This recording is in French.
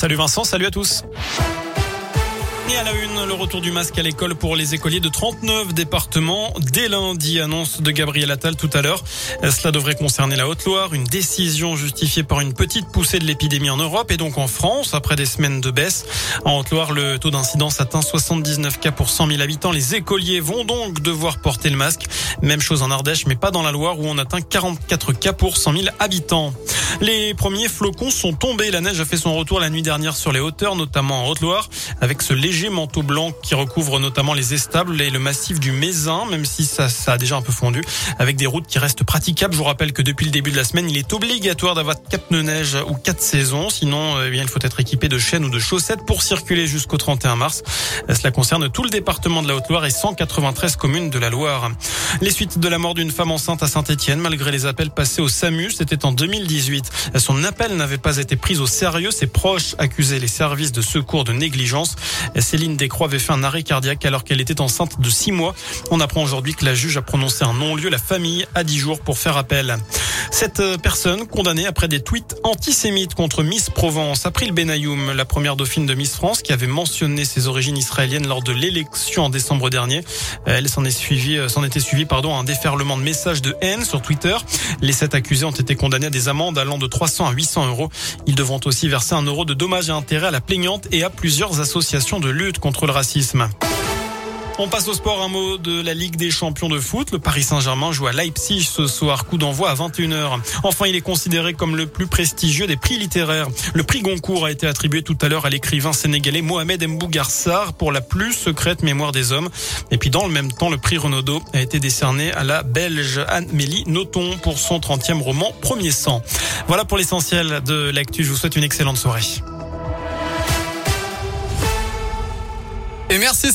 Salut Vincent, salut à tous. Et à la une, le retour du masque à l'école pour les écoliers de 39 départements dès lundi, annonce de Gabriel Attal tout à l'heure. Cela devrait concerner la Haute-Loire, une décision justifiée par une petite poussée de l'épidémie en Europe et donc en France après des semaines de baisse. En Haute-Loire, le taux d'incidence atteint 79 cas pour 100 000 habitants. Les écoliers vont donc devoir porter le masque. Même chose en Ardèche, mais pas dans la Loire où on atteint 44 cas pour 100 000 habitants. Les premiers flocons sont tombés. La neige a fait son retour la nuit dernière sur les hauteurs, notamment en Haute-Loire, avec ce léger manteau blanc qui recouvre notamment les éstables et le massif du Mézin, même si ça a déjà un peu fondu, avec des routes qui restent praticables. Je vous rappelle que depuis le début de la semaine, il est obligatoire d'avoir 4 pneus neige ou 4 saisons. Sinon, il faut être équipé de chaînes ou de chaussettes pour circuler jusqu'au 31 mars. Cela concerne tout le département de la Haute-Loire et 193 communes de la Loire. Les suites de la mort d'une femme enceinte à Saint-Étienne, malgré les appels passés au SAMU, c'était en 2018. Son appel n'avait pas été pris au sérieux. Ses proches accusaient les services de secours de négligence. Céline Descroix avait fait un arrêt cardiaque alors qu'elle était enceinte de 6 mois. On apprend aujourd'hui que la juge a prononcé un non-lieu. La famille a 10 jours pour faire appel. Cette personne condamnée après des tweets antisémites contre Miss Provence, April Benayoum, la première dauphine de Miss France qui avait mentionné ses origines israéliennes lors de l'élection en décembre dernier. Elle s'en était suivi un déferlement de messages de haine sur Twitter. Les 7 accusés ont été condamnés à des amendes allant de 300 à 800 euros. Ils devront aussi verser 1 euro de dommages et intérêts à la plaignante et à plusieurs associations de lutte contre le racisme. On passe au sport, un mot de la Ligue des champions de foot. Le Paris Saint-Germain joue à Leipzig ce soir, coup d'envoi à 21h. Enfin, il est considéré comme le plus prestigieux des prix littéraires. Le prix Goncourt a été attribué tout à l'heure à l'écrivain sénégalais Mohamed Mbougar Sarr pour la plus secrète mémoire des hommes. Et puis dans le même temps, le prix Renaudot a été décerné à la Belge Anne-Mélie Nothomb pour son 30e roman Premier sang. Voilà pour l'essentiel de l'actu. Je vous souhaite une excellente soirée. Et merci.